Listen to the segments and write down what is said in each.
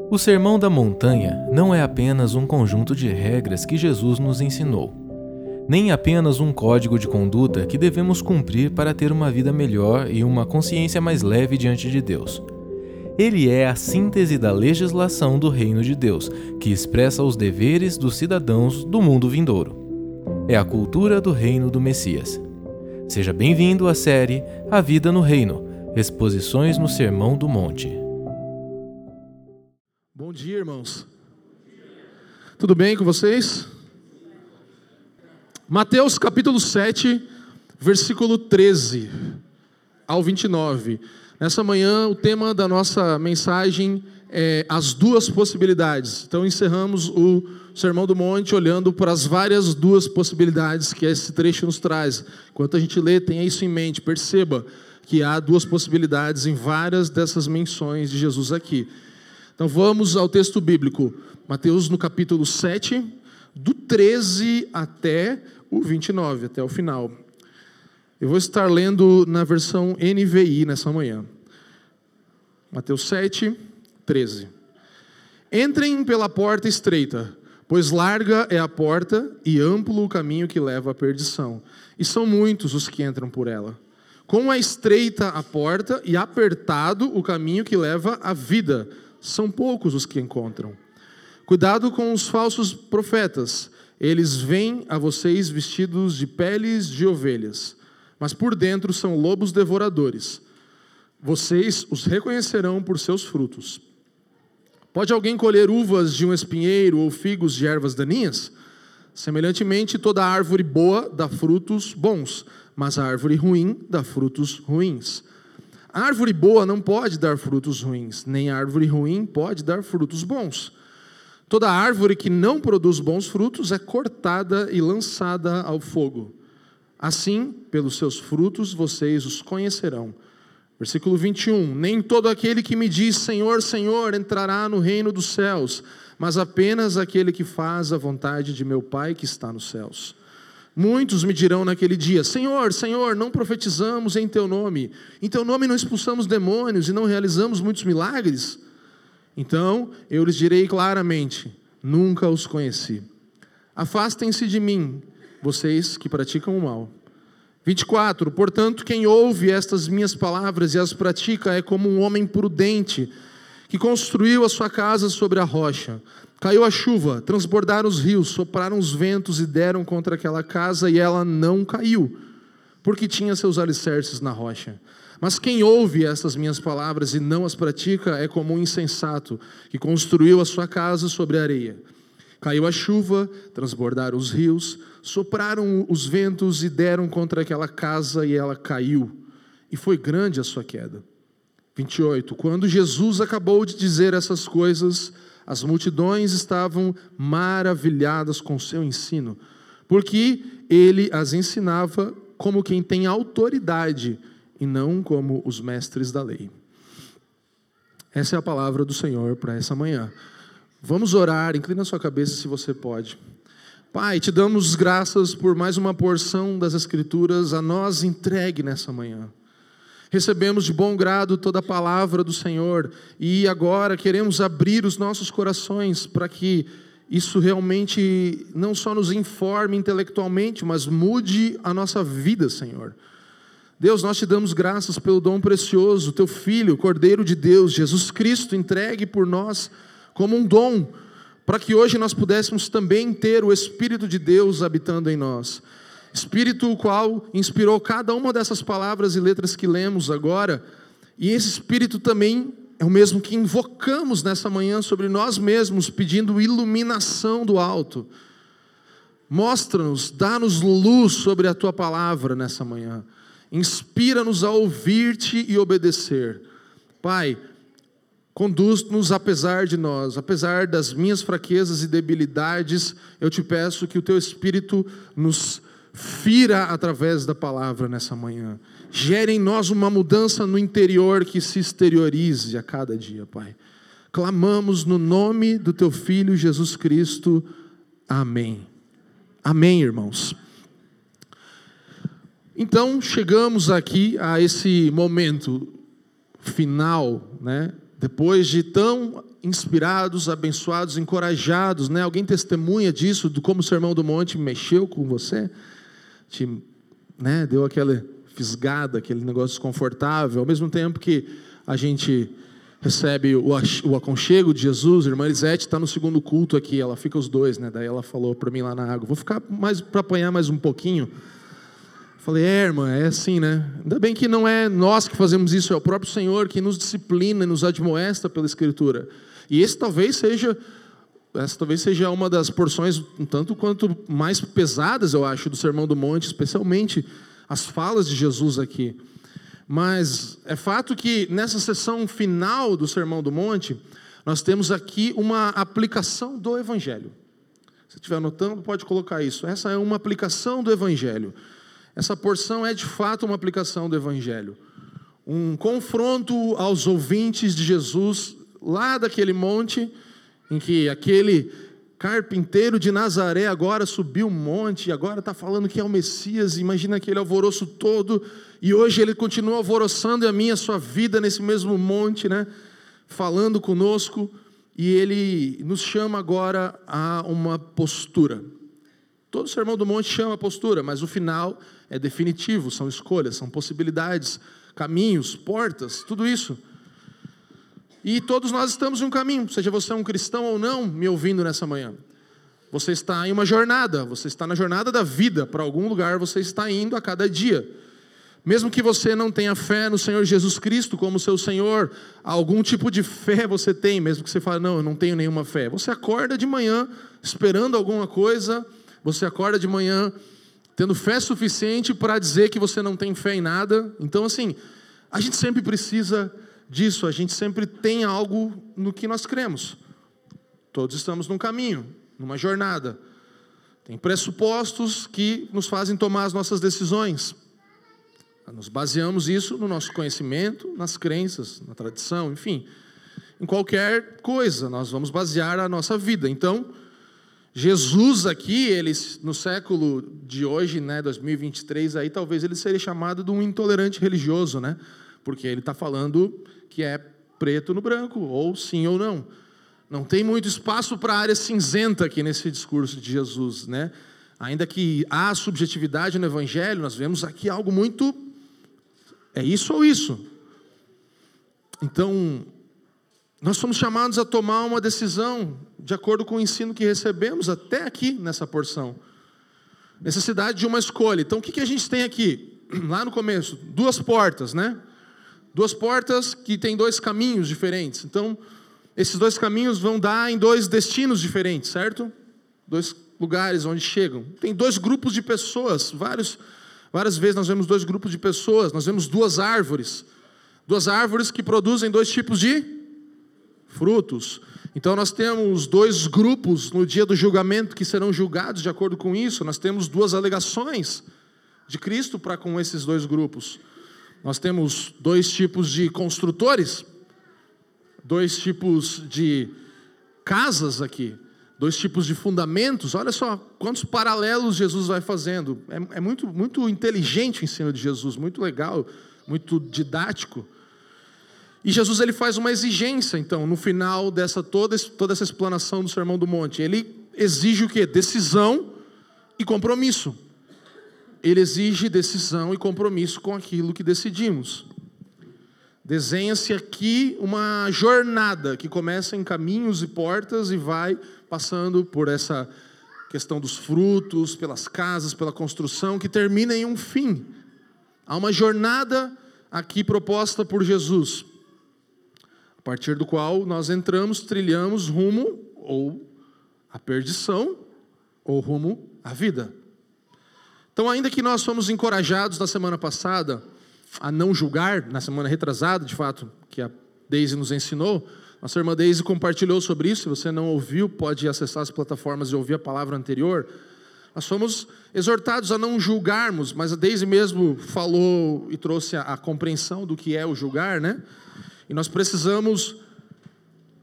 O Sermão da Montanha não é apenas um conjunto de regras que Jesus nos ensinou, nem apenas um código de conduta que devemos cumprir para ter uma vida melhor e uma consciência mais leve diante de Deus. Ele é a síntese da legislação do Reino de Deus, que expressa os deveres dos cidadãos do mundo vindouro. É a cultura do Reino do Messias. Seja bem-vindo à série A Vida no Reino, Exposições no Sermão do Monte. Bom dia, irmãos. Tudo bem com vocês? Mateus capítulo 7, versículo 13 ao 29. Nessa manhã, o tema da nossa mensagem é as duas possibilidades. Então, encerramos o Sermão do Monte olhando para as várias duas possibilidades que esse trecho nos traz. Enquanto a gente lê, tenha isso em mente. Perceba que há duas possibilidades em várias dessas menções de Jesus aqui. Então vamos ao texto bíblico, Mateus no capítulo 7, do 13 até o 29, até o final. Eu vou estar lendo na versão NVI nessa manhã. Mateus 7, 13. Entrem pela porta estreita, pois larga é a porta e amplo o caminho que leva à perdição, e são muitos os que entram por ela. Como é estreita a porta e apertado o caminho que leva à vida, são poucos os que encontram. Cuidado com os falsos profetas. Eles vêm a vocês vestidos de peles de ovelhas, mas por dentro são lobos devoradores. Vocês os reconhecerão por seus frutos. Pode alguém colher uvas de um espinheiro ou figos de ervas daninhas? Semelhantemente, toda árvore boa dá frutos bons, mas a árvore ruim dá frutos ruins. A árvore boa não pode dar frutos ruins, nem a árvore ruim pode dar frutos bons. Toda árvore que não produz bons frutos é cortada e lançada ao fogo. Assim, pelos seus frutos vocês os conhecerão. Versículo 21. Nem todo aquele que me diz Senhor, Senhor entrará no reino dos céus, mas apenas aquele que faz a vontade de meu Pai que está nos céus. Muitos me dirão naquele dia, Senhor, Senhor, não profetizamos em Teu nome não expulsamos demônios e não realizamos muitos milagres? Então eu lhes direi claramente, nunca os conheci. Afastem-se de mim, vocês que praticam o mal. 24. Portanto, quem ouve estas minhas palavras e as pratica é como um homem prudente, que construiu a sua casa sobre a rocha. Caiu a chuva, transbordaram os rios, sopraram os ventos e deram contra aquela casa, e ela não caiu, porque tinha seus alicerces na rocha. Mas quem ouve estas minhas palavras e não as pratica é como um insensato, que construiu a sua casa sobre a areia. Caiu a chuva, transbordaram os rios, sopraram os ventos e deram contra aquela casa, e ela caiu, e foi grande a sua queda. 28. Quando Jesus acabou de dizer essas coisas, as multidões estavam maravilhadas com seu ensino, porque ele as ensinava como quem tem autoridade e não como os mestres da lei. Essa é a palavra do Senhor para essa manhã. Vamos orar, inclina sua cabeça se você pode. Pai, te damos graças por mais uma porção das Escrituras a nós entregue nessa manhã. Recebemos de bom grado toda a palavra do Senhor e agora queremos abrir os nossos corações para que isso realmente não só nos informe intelectualmente, mas mude a nossa vida, Senhor. Deus, nós te damos graças pelo dom precioso, Teu Filho, Cordeiro de Deus, Jesus Cristo, entregue por nós como um dom, para que hoje nós pudéssemos também ter o Espírito de Deus habitando em nós. Espírito o qual inspirou cada uma dessas palavras e letras que lemos agora, e esse Espírito também é o mesmo que invocamos nessa manhã sobre nós mesmos, pedindo iluminação do alto. Mostra-nos, dá-nos luz sobre a Tua palavra nessa manhã, inspira-nos a ouvir-Te e obedecer. Pai, conduz-nos apesar de nós, apesar das minhas fraquezas e debilidades, eu Te peço que o Teu Espírito nos fira através da palavra nessa manhã. Gere em nós uma mudança no interior que se exteriorize a cada dia, Pai. Clamamos no nome do Teu Filho Jesus Cristo. Amém. Amém, irmãos. Então, chegamos aqui a esse momento final, né, Depois de tão inspirados, abençoados, encorajados, né? Alguém testemunha disso, de como o Sermão do Monte mexeu com você? Deu aquela fisgada, aquele negócio desconfortável, ao mesmo tempo que a gente recebe o aconchego de Jesus. A irmã Elisete está no segundo culto aqui, ela fica os dois, né? Daí ela falou para mim lá na água, vou ficar mais para apanhar mais um pouquinho. Falei, irmã, é assim, né? Ainda bem que não é nós que fazemos isso, é o próprio Senhor que nos disciplina e nos admoesta pela Escritura. E essa talvez seja uma das porções, um tanto quanto mais pesadas, eu acho, do Sermão do Monte, especialmente as falas de Jesus aqui. Mas é fato que nessa sessão final do Sermão do Monte, nós temos aqui uma aplicação do Evangelho. Se estiver anotando, pode colocar isso. Essa é uma aplicação do Evangelho. Essa porção é de fato uma aplicação do Evangelho. Um confronto aos ouvintes de Jesus, lá daquele monte, em que aquele carpinteiro de Nazaré agora subiu um monte, e agora está falando que é o Messias, imagina aquele alvoroço todo, e hoje ele continua alvoroçando a minha, a sua vida nesse mesmo monte, né? Falando conosco, e ele nos chama agora a uma postura. Todo o Sermão do Monte chama a postura, mas o final é definitivo, são escolhas, são possibilidades, caminhos, portas, tudo isso. E todos nós estamos em um caminho, seja você um cristão ou não, me ouvindo nessa manhã. Você está em uma jornada, você está na jornada da vida, para algum lugar você está indo a cada dia. Mesmo que você não tenha fé no Senhor Jesus Cristo como seu Senhor, algum tipo de fé você tem, mesmo que você fale, não, eu não tenho nenhuma fé. Você acorda de manhã esperando alguma coisa, você acorda de manhã tendo fé suficiente para dizer que você não tem fé em nada. Então, assim, a gente sempre precisa disso, a gente sempre tem algo no que nós cremos. Todos estamos num caminho, numa jornada. Tem pressupostos que nos fazem tomar as nossas decisões. Nós baseamos isso no nosso conhecimento, nas crenças, na tradição, enfim. Em qualquer coisa, nós vamos basear a nossa vida. Então, Jesus aqui, ele, no século de hoje, né, 2023, aí talvez ele seria chamado de um intolerante religioso, né? Porque ele está falando que é preto no branco, ou sim ou não. Não tem muito espaço para a área cinzenta aqui nesse discurso de Jesus, né? Ainda que há subjetividade no Evangelho, nós vemos aqui algo muito... é isso ou isso? Então, nós somos chamados a tomar uma decisão de acordo com o ensino que recebemos até aqui nessa porção. Necessidade de uma escolha. Então, o que a gente tem aqui? Lá no começo, 2 portas, né? 2 portas que têm 2 caminhos diferentes. Então, esses 2 caminhos vão dar em 2 destinos diferentes, certo? 2 lugares onde chegam. Tem 2 grupos de pessoas, várias vezes nós vemos 2 grupos de pessoas, nós vemos 2 árvores. 2 árvores que produzem 2 tipos de frutos. Então nós temos 2 grupos no dia do julgamento que serão julgados de acordo com isso. Nós temos 2 alegações de Cristo para com esses 2 grupos. Nós temos 2 tipos de construtores, 2 tipos de casas aqui, 2 tipos de fundamentos. Olha só quantos paralelos Jesus vai fazendo. É muito, muito inteligente o ensino de Jesus, muito legal, muito didático. E Jesus ele faz uma exigência, então, no final dessa toda essa explanação do Sermão do Monte. Ele exige o quê? Decisão e compromisso. Ele exige decisão e compromisso com aquilo que decidimos. Desenha-se aqui uma jornada que começa em caminhos e portas e vai passando por essa questão dos frutos, pelas casas, pela construção, que termina em um fim. Há uma jornada aqui proposta por Jesus, a partir do qual nós entramos, trilhamos rumo ou à perdição ou rumo à vida. Então, ainda que nós fomos encorajados na semana passada a não julgar, na semana retrasada, de fato, que a Deise nos ensinou, nossa irmã Deise compartilhou sobre isso. Se você não ouviu, pode acessar as plataformas e ouvir a palavra anterior. Nós fomos exortados a não julgarmos, mas a Deise mesmo falou e trouxe a compreensão do que é o julgar, né? E nós precisamos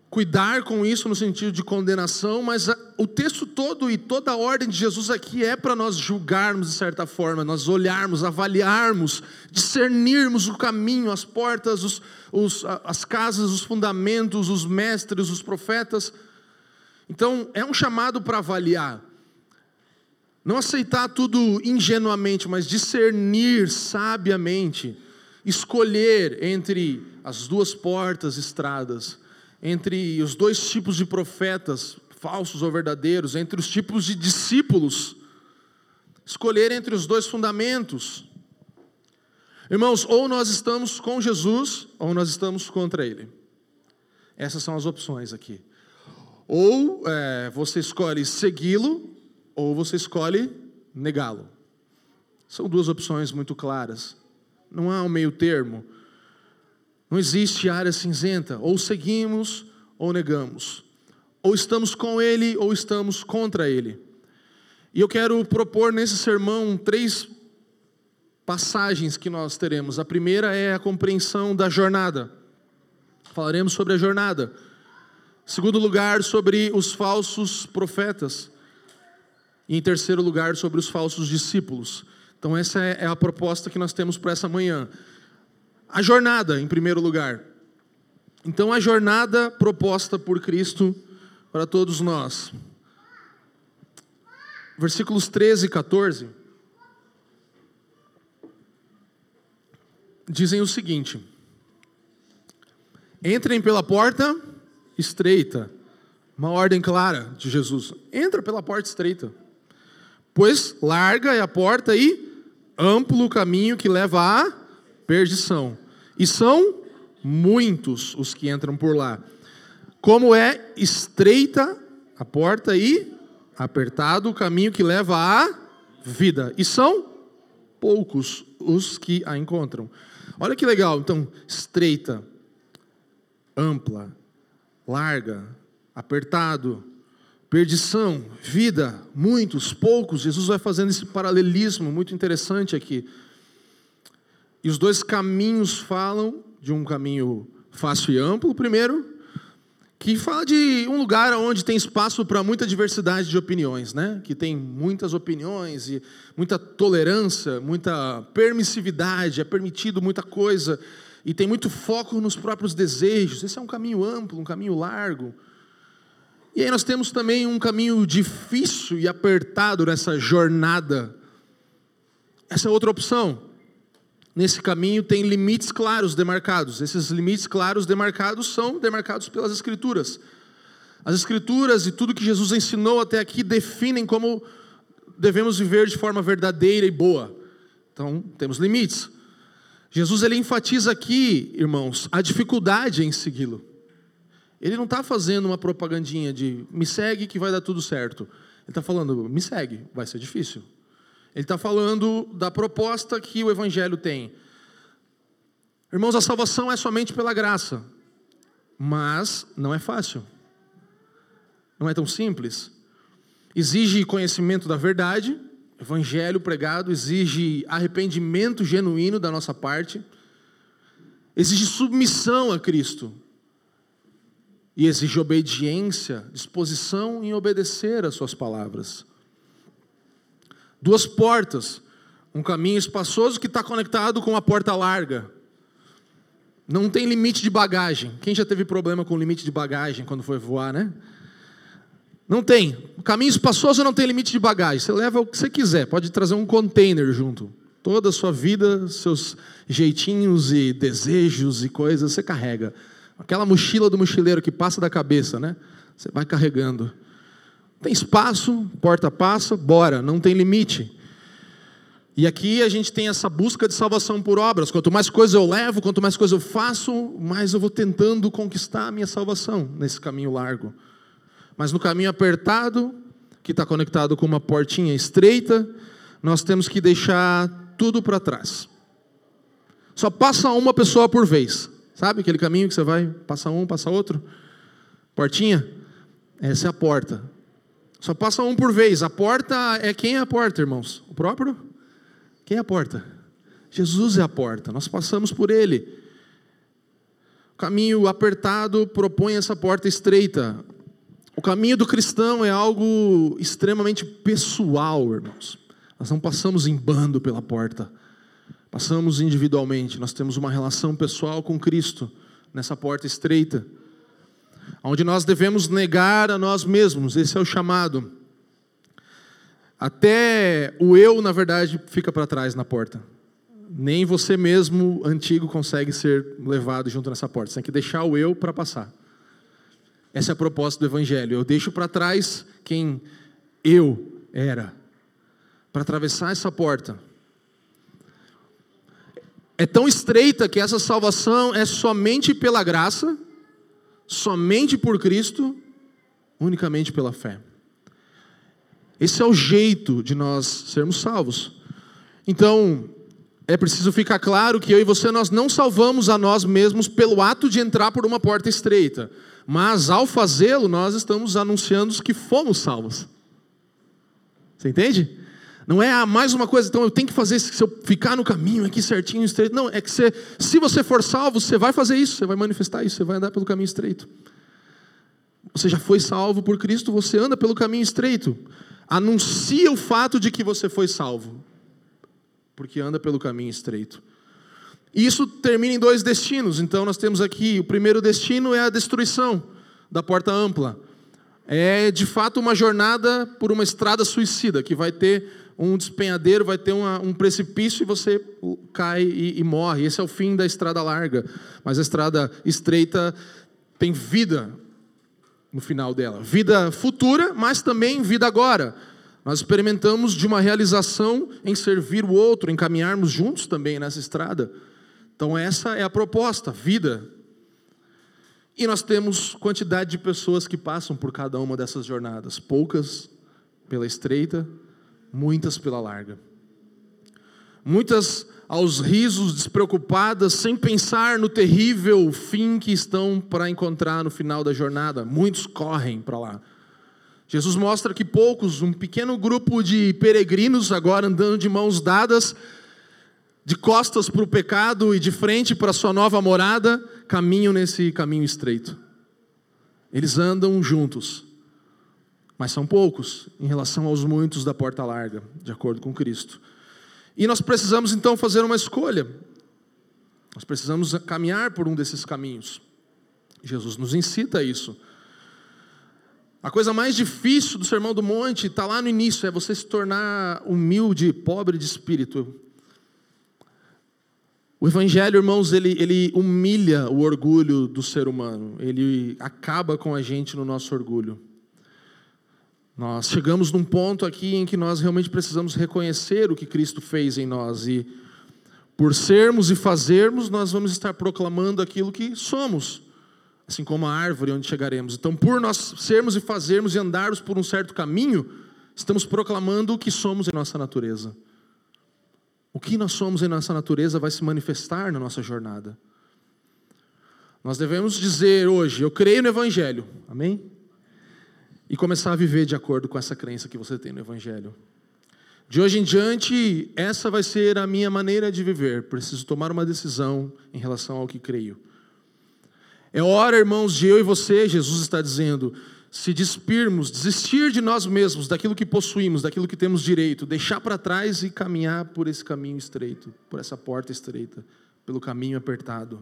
cuidar com isso no sentido de condenação, mas o texto todo e toda a ordem de Jesus aqui é para nós julgarmos de certa forma, nós olharmos, avaliarmos, discernirmos o caminho, as portas, as casas, os fundamentos, os mestres, os profetas. Então é um chamado para avaliar, não aceitar tudo ingenuamente, mas discernir sabiamente, escolher entre as duas portas, estradas, entre os dois tipos de profetas, falsos ou verdadeiros, entre os tipos de discípulos, escolher entre os dois fundamentos. Irmãos, ou nós estamos com Jesus, ou nós estamos contra Ele. Essas são as opções aqui. Ou você escolhe segui-lo, ou você escolhe negá-lo. São duas opções muito claras. Não há um meio termo. Não existe área cinzenta. Ou seguimos, ou negamos. Ou estamos com Ele, ou estamos contra Ele. E eu quero propor nesse sermão 3 passagens que nós teremos. A primeira é a compreensão da jornada. Falaremos sobre a jornada. Em segundo lugar, sobre os falsos profetas. E em terceiro lugar, sobre os falsos discípulos. Então essa é a proposta que nós temos para essa manhã. A jornada, em primeiro lugar. Então a jornada proposta por Cristo para todos nós. Versículos 13 e 14. Dizem o seguinte: entrem pela porta estreita. Uma ordem clara de Jesus. Entra pela porta estreita. Pois larga é a porta e amplo o caminho que leva à perdição. E são muitos os que entram por lá. Como é estreita a porta e apertado o caminho que leva à vida. E são poucos os que a encontram. Olha que legal. Então, estreita, ampla, larga, apertado, perdição, vida, muitos, poucos. Jesus vai fazendo esse paralelismo muito interessante aqui. E os dois caminhos falam de um caminho fácil e amplo, primeiro, que fala de um lugar onde tem espaço para muita diversidade de opiniões, né? Que tem muitas opiniões e muita tolerância, muita permissividade, é permitido muita coisa, e tem muito foco nos próprios desejos. Esse é um caminho amplo, um caminho largo. E aí nós temos também um caminho difícil e apertado nessa jornada. Essa é outra opção. Nesse caminho tem limites claros demarcados. Esses limites claros demarcados são demarcados pelas Escrituras. As Escrituras e tudo que Jesus ensinou até aqui definem como devemos viver de forma verdadeira e boa. Então, temos limites. Jesus ele enfatiza aqui, irmãos, a dificuldade em segui-lo. Ele não está fazendo uma propagandinha de me segue que vai dar tudo certo. Ele está falando, me segue, vai ser difícil. Ele está falando da proposta que o Evangelho tem. Irmãos, a salvação é somente pela graça. Mas não é fácil. Não é tão simples. Exige conhecimento da verdade. Evangelho pregado exige arrependimento genuíno da nossa parte. Exige submissão a Cristo. E exige obediência, disposição em obedecer às suas palavras. 2 portas, um caminho espaçoso que está conectado com uma porta larga. Não tem limite de bagagem. Quem já teve problema com limite de bagagem quando foi voar, né? Não tem. O caminho espaçoso não tem limite de bagagem. Você leva o que você quiser, pode trazer um container junto. Toda a sua vida, seus jeitinhos e desejos e coisas, você carrega. Aquela mochila do mochileiro que passa da cabeça, né? Você vai carregando. Tem espaço, porta passa, bora, não tem limite. E aqui a gente tem essa busca de salvação por obras. Quanto mais coisa eu levo, quanto mais coisa eu faço, mais eu vou tentando conquistar a minha salvação nesse caminho largo. Mas no caminho apertado, que está conectado com uma portinha estreita, nós temos que deixar tudo para trás. Só passa uma pessoa por vez. Sabe aquele caminho que você vai, passa um, passa outro? Portinha? Essa é a porta. Só passa um por vez. A porta é quem é a porta, irmãos? O próprio? Quem é a porta? Jesus é a porta. Nós passamos por Ele. caminho apertado propõe essa porta estreita. O caminho do cristão é algo extremamente pessoal, irmãos. Nós não passamos em bando pela porta. Passamos individualmente. Nós temos uma relação pessoal com Cristo nessa porta estreita, onde nós devemos negar a nós mesmos. Esse é o chamado. Até o eu, na verdade, fica para trás na porta. Nem você mesmo, antigo, consegue ser levado junto nessa porta. Você tem que deixar o eu para passar. Essa é a proposta do Evangelho. Eu deixo para trás quem eu era, para atravessar essa porta. É tão estreita que essa salvação é somente pela graça, somente por Cristo, unicamente pela fé. Esse é o jeito de nós sermos salvos. Então, é preciso ficar claro que eu e você, nós não salvamos a nós mesmos pelo ato de entrar por uma porta estreita. Mas, ao fazê-lo, nós estamos anunciando que fomos salvos. Você entende? Não é mais uma coisa, então eu tenho que fazer isso, se eu ficar no caminho aqui certinho, estreito. Não, é que se você for salvo, você vai fazer isso, você vai manifestar isso, você vai andar pelo caminho estreito. Você já foi salvo por Cristo, você anda pelo caminho estreito. Anuncia o fato de que você foi salvo, porque anda pelo caminho estreito. Isso termina em 2 destinos. Então nós temos aqui, o primeiro destino é a destruição da porta ampla. É de fato uma jornada por uma estrada suicida, que vai ter um despenhadeiro, vai ter um precipício e você cai e morre. Esse é o fim da estrada larga. Mas a estrada estreita tem vida no final dela. Vida futura, mas também vida agora. Nós experimentamos de uma realização em servir o outro, em caminharmos juntos também nessa estrada. Então essa é a proposta, vida. E nós temos quantidade de pessoas que passam por cada uma dessas jornadas. Poucas pela estreita, muitas pela larga. Muitas aos risos, despreocupadas, sem pensar no terrível fim que estão para encontrar no final da jornada. Muitos correm para lá. Jesus mostra que poucos, um pequeno grupo de peregrinos, agora andando de mãos dadas, de costas para o pecado e de frente para a sua nova morada, caminham nesse caminho estreito. Eles andam juntos, mas são poucos em relação aos muitos da porta larga, de acordo com Cristo. E nós precisamos então fazer uma escolha. Nós precisamos caminhar por um desses caminhos. Jesus nos incita a isso. A coisa mais difícil do Sermão do Monte está lá no início, é você se tornar humilde, pobre de espírito. O Evangelho, irmãos, ele humilha o orgulho do ser humano. Ele acaba com a gente no nosso orgulho. Nós chegamos num ponto aqui em que nós realmente precisamos reconhecer o que Cristo fez em nós. E por sermos e fazermos, nós vamos estar proclamando aquilo que somos. Assim como a árvore onde chegaremos. Então, por nós sermos e fazermos e andarmos por um certo caminho, estamos proclamando o que somos em nossa natureza. O que nós somos em nossa natureza vai se manifestar na nossa jornada. Nós devemos dizer hoje, eu creio no Evangelho, amém? E começar a viver de acordo com essa crença que você tem no Evangelho. De hoje em diante, essa vai ser a minha maneira de viver. Preciso tomar uma decisão em relação ao que creio. É hora, irmãos, de eu e você, Jesus está dizendo, se despirmos, desistir de nós mesmos, daquilo que possuímos, daquilo que temos direito, deixar para trás e caminhar por esse caminho estreito, por essa porta estreita, pelo caminho apertado.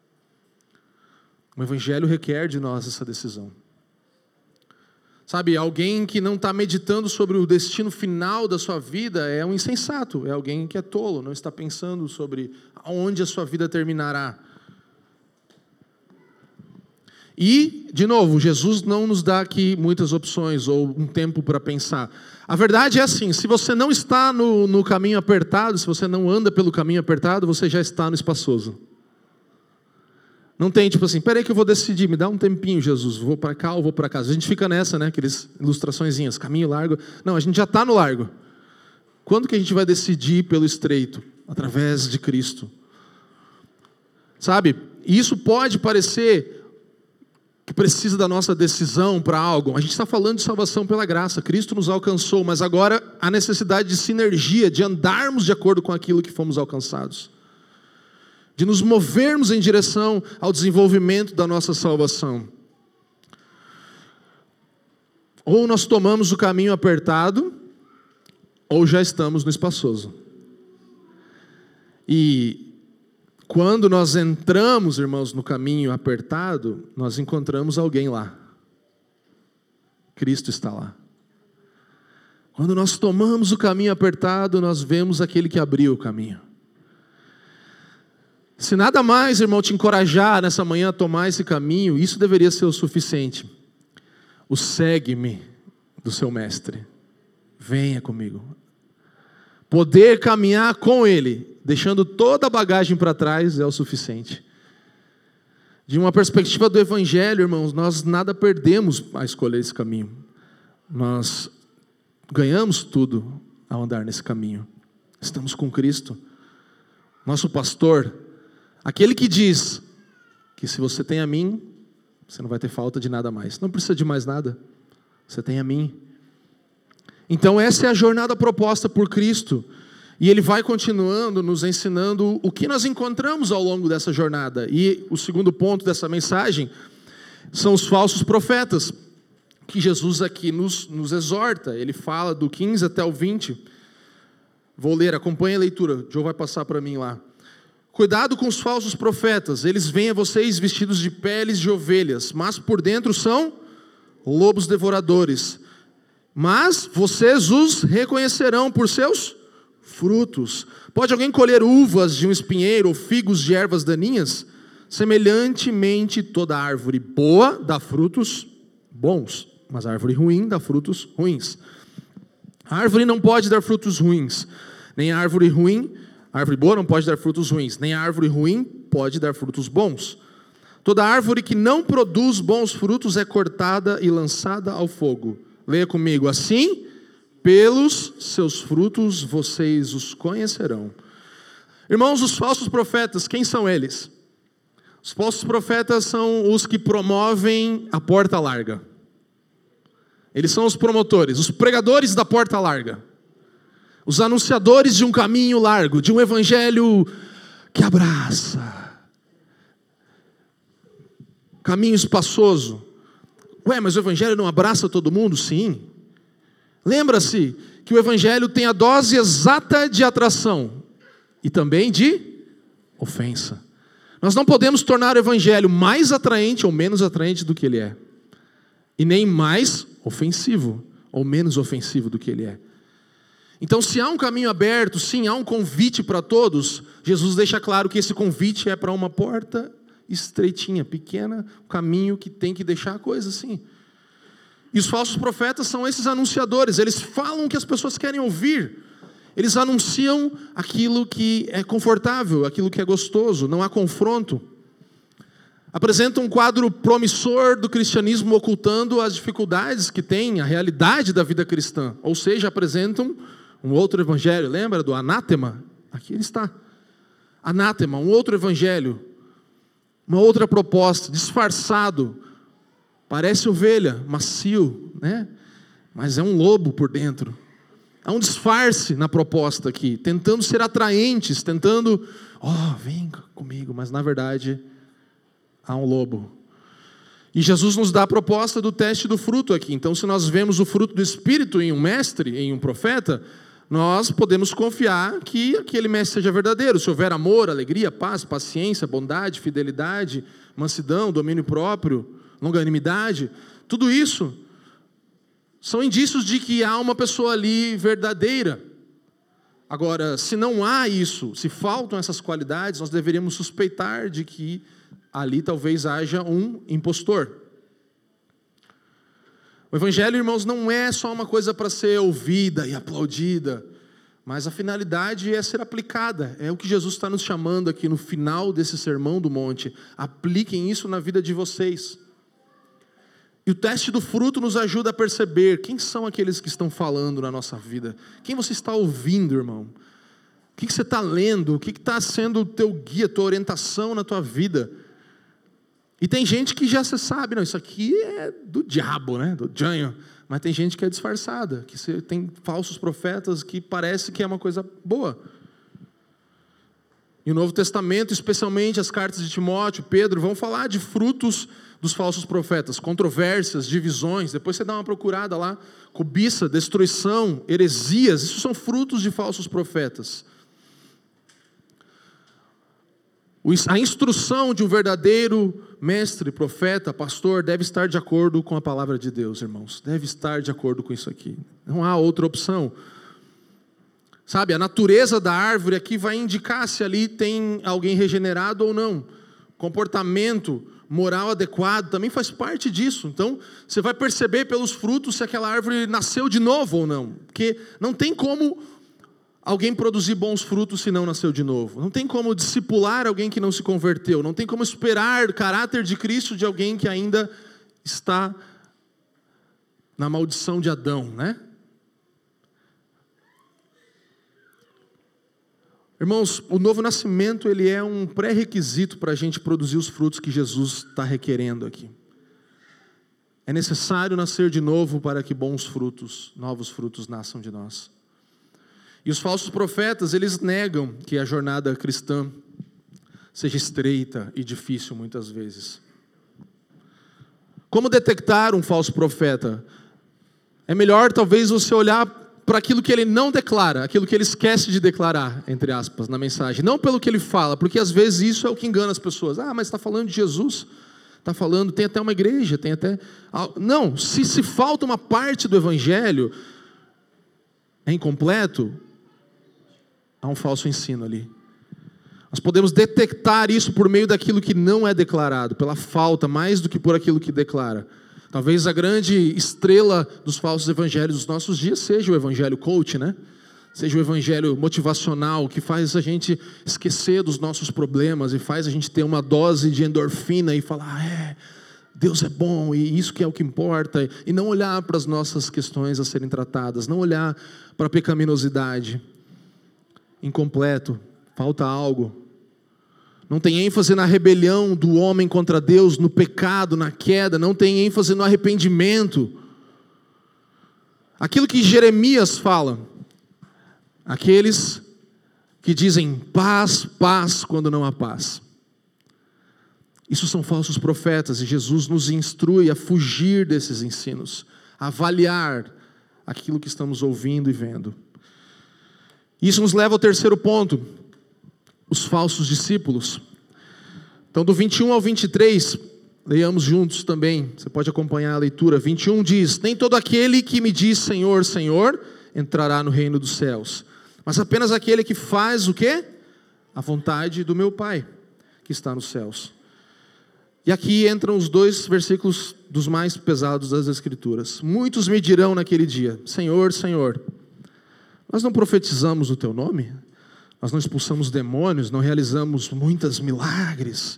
O Evangelho requer de nós essa decisão. Sabe, alguém que não está meditando sobre o destino final da sua vida é um insensato, é alguém que é tolo, não está pensando sobre aonde a sua vida terminará. E, de novo, Jesus não nos dá aqui muitas opções ou um tempo para pensar. A verdade é assim, se você não está no caminho apertado, se você não anda pelo caminho apertado, você já está no espaçoso. Não tem tipo assim, peraí que eu vou decidir, me dá um tempinho, Jesus, vou para cá ou vou para cá. A gente fica nessa, né, aquelas ilustraçõezinhas, caminho largo. Não, a gente já está no largo. Quando que a gente vai decidir pelo estreito? Através de Cristo. Sabe, isso pode parecer que precisa da nossa decisão para algo. A gente está falando de salvação pela graça, Cristo nos alcançou, mas agora há necessidade de sinergia, de andarmos de acordo com aquilo que fomos alcançados. de nos movermos em direção ao desenvolvimento da nossa salvação. Ou nós tomamos o caminho apertado, ou já estamos no espaçoso. E quando nós entramos, irmãos, no caminho apertado, nós encontramos alguém lá. Cristo está lá. Quando nós tomamos o caminho apertado, nós vemos aquele que abriu o caminho. Se nada mais, irmão, te encorajar nessa manhã a tomar esse caminho, isso deveria ser o suficiente. O segue-me do seu mestre. Venha comigo. Poder caminhar com ele, deixando toda a bagagem para trás, é o suficiente. De uma perspectiva do Evangelho, irmãos, nós nada perdemos a escolher esse caminho. Nós ganhamos tudo ao andar nesse caminho. Estamos com Cristo. Nosso pastor, aquele que diz que se você tem a mim, você não vai ter falta de nada mais. Não precisa de mais nada. Você tem a mim. Então essa é a jornada proposta por Cristo. E Ele vai continuando nos ensinando o que nós encontramos ao longo dessa jornada. E o segundo ponto dessa mensagem são os falsos profetas, que Jesus aqui nos exorta. Ele fala do 15 até o 20. Vou ler, acompanhe a leitura. O Joe vai passar para mim lá. Cuidado com os falsos profetas. Eles vêm a vocês vestidos de peles de ovelhas, mas por dentro são lobos devoradores. Mas vocês os reconhecerão por seus frutos. Pode alguém colher uvas de um espinheiro ou figos de ervas daninhas? Semelhantemente, toda árvore boa dá frutos bons, mas a árvore ruim dá frutos ruins. A árvore não pode dar frutos ruins, nem a árvore boa não pode dar frutos ruins, nem a árvore ruim pode dar frutos bons. Toda árvore que não produz bons frutos é cortada e lançada ao fogo. Leia comigo. Assim, pelos seus frutos vocês os conhecerão. Irmãos, os falsos profetas, quem são eles? Os falsos profetas são os que promovem a porta larga. Eles são os promotores, os pregadores da porta larga. Os anunciadores de um caminho largo, de um evangelho que abraça. Caminho espaçoso. Ué, mas o evangelho não abraça todo mundo? Sim. Lembra-se que o evangelho tem a dose exata de atração e também de ofensa. Nós não podemos tornar o evangelho mais atraente ou menos atraente do que ele é. E nem mais ofensivo ou menos ofensivo do que ele é. Então, se há um caminho aberto, sim, há um convite para todos, Jesus deixa claro que esse convite é para uma porta estreitinha, pequena, um caminho que tem que deixar a coisa assim. E os falsos profetas são esses anunciadores, eles falam o que as pessoas querem ouvir, eles anunciam aquilo que é confortável, aquilo que é gostoso, não há confronto. Apresentam um quadro promissor do cristianismo ocultando as dificuldades que tem, a realidade da vida cristã, ou seja, apresentam um outro evangelho, lembra do anátema? Aqui ele está. Anátema, um outro evangelho, uma outra proposta, disfarçado, parece ovelha, macio, né? Mas é um lobo por dentro. Há um disfarce na proposta aqui, tentando ser atraentes, tentando, vem comigo, mas na verdade há um lobo. E Jesus nos dá a proposta do teste do fruto aqui. Então, se nós vemos o fruto do Espírito em um mestre, em um profeta, nós podemos confiar que aquele mestre seja verdadeiro. Se houver amor, alegria, paz, paciência, bondade, fidelidade, mansidão, domínio próprio, longanimidade, tudo isso são indícios de que há uma pessoa ali verdadeira. Agora, se não há isso, se faltam essas qualidades, nós deveríamos suspeitar de que ali talvez haja um impostor. O evangelho, irmãos, não é só uma coisa para ser ouvida e aplaudida, mas a finalidade é ser aplicada. É o que Jesus está nos chamando aqui no final desse sermão do monte. Apliquem isso na vida de vocês. E o teste do fruto nos ajuda a perceber quem são aqueles que estão falando na nossa vida. Quem você está ouvindo, irmão? O que você está lendo? O que está sendo o teu guia, a tua orientação na tua vida? E tem gente que já se sabe, não, isso aqui é do diabo, né? Do janho. Mas tem gente que é disfarçada, que tem falsos profetas que parece que é uma coisa boa. E o Novo Testamento, especialmente as cartas de Timóteo, Pedro, vão falar de frutos dos falsos profetas, controvérsias, divisões. Depois você dá uma procurada lá, cobiça, destruição, heresias, isso são frutos de falsos profetas. A instrução de um verdadeiro mestre, profeta, pastor, deve estar de acordo com a palavra de Deus, irmãos. Deve estar de acordo com isso aqui. Não há outra opção. Sabe, a natureza da árvore aqui vai indicar se ali tem alguém regenerado ou não. Comportamento moral adequado também faz parte disso. Então, você vai perceber pelos frutos se aquela árvore nasceu de novo ou não. Porque não tem como alguém produzir bons frutos se não nasceu de novo. Não tem como discipular alguém que não se converteu. Não tem como esperar o caráter de Cristo de alguém que ainda está na maldição de Adão, né? Irmãos, o novo nascimento ele é um pré-requisito para a gente produzir os frutos que Jesus está requerendo aqui. É necessário nascer de novo para que bons frutos, novos frutos nasçam de nós. E os falsos profetas, eles negam que a jornada cristã seja estreita e difícil muitas vezes. Como detectar um falso profeta? É melhor talvez você olhar para aquilo que ele não declara, aquilo que ele esquece de declarar, entre aspas, na mensagem. Não pelo que ele fala, porque às vezes isso é o que engana as pessoas. Ah, mas está falando de Jesus, está falando, tem até uma igreja, tem até... Não, se falta uma parte do evangelho, é incompleto, há um falso ensino ali. Nós podemos detectar isso por meio daquilo que não é declarado, pela falta, mais do que por aquilo que declara. Talvez a grande estrela dos falsos evangelhos dos nossos dias seja o evangelho coach, né? Seja o evangelho motivacional, que faz a gente esquecer dos nossos problemas e faz a gente ter uma dose de endorfina e falar, Deus é bom e isso que é o que importa, e não olhar para as nossas questões a serem tratadas, não olhar para a pecaminosidade. Incompleto, falta algo. Não tem ênfase na rebelião do homem contra Deus, no pecado, na queda, não tem ênfase no arrependimento. Aquilo que Jeremias fala, aqueles que dizem paz, paz, quando não há paz. Isso são falsos profetas e Jesus nos instrui a fugir desses ensinos, a avaliar aquilo que estamos ouvindo e vendo. Isso nos leva ao terceiro ponto, os falsos discípulos. Então do 21 ao 23, leiamos juntos também, você pode acompanhar a leitura. 21 diz, nem todo aquele que me diz Senhor, Senhor, entrará no reino dos céus, mas apenas aquele que faz o quê? A vontade do meu Pai, que está nos céus. E aqui entram os dois versículos dos mais pesados das Escrituras. Muitos me dirão naquele dia, Senhor, Senhor, nós não profetizamos o teu nome? Nós não expulsamos demônios, não realizamos muitos milagres?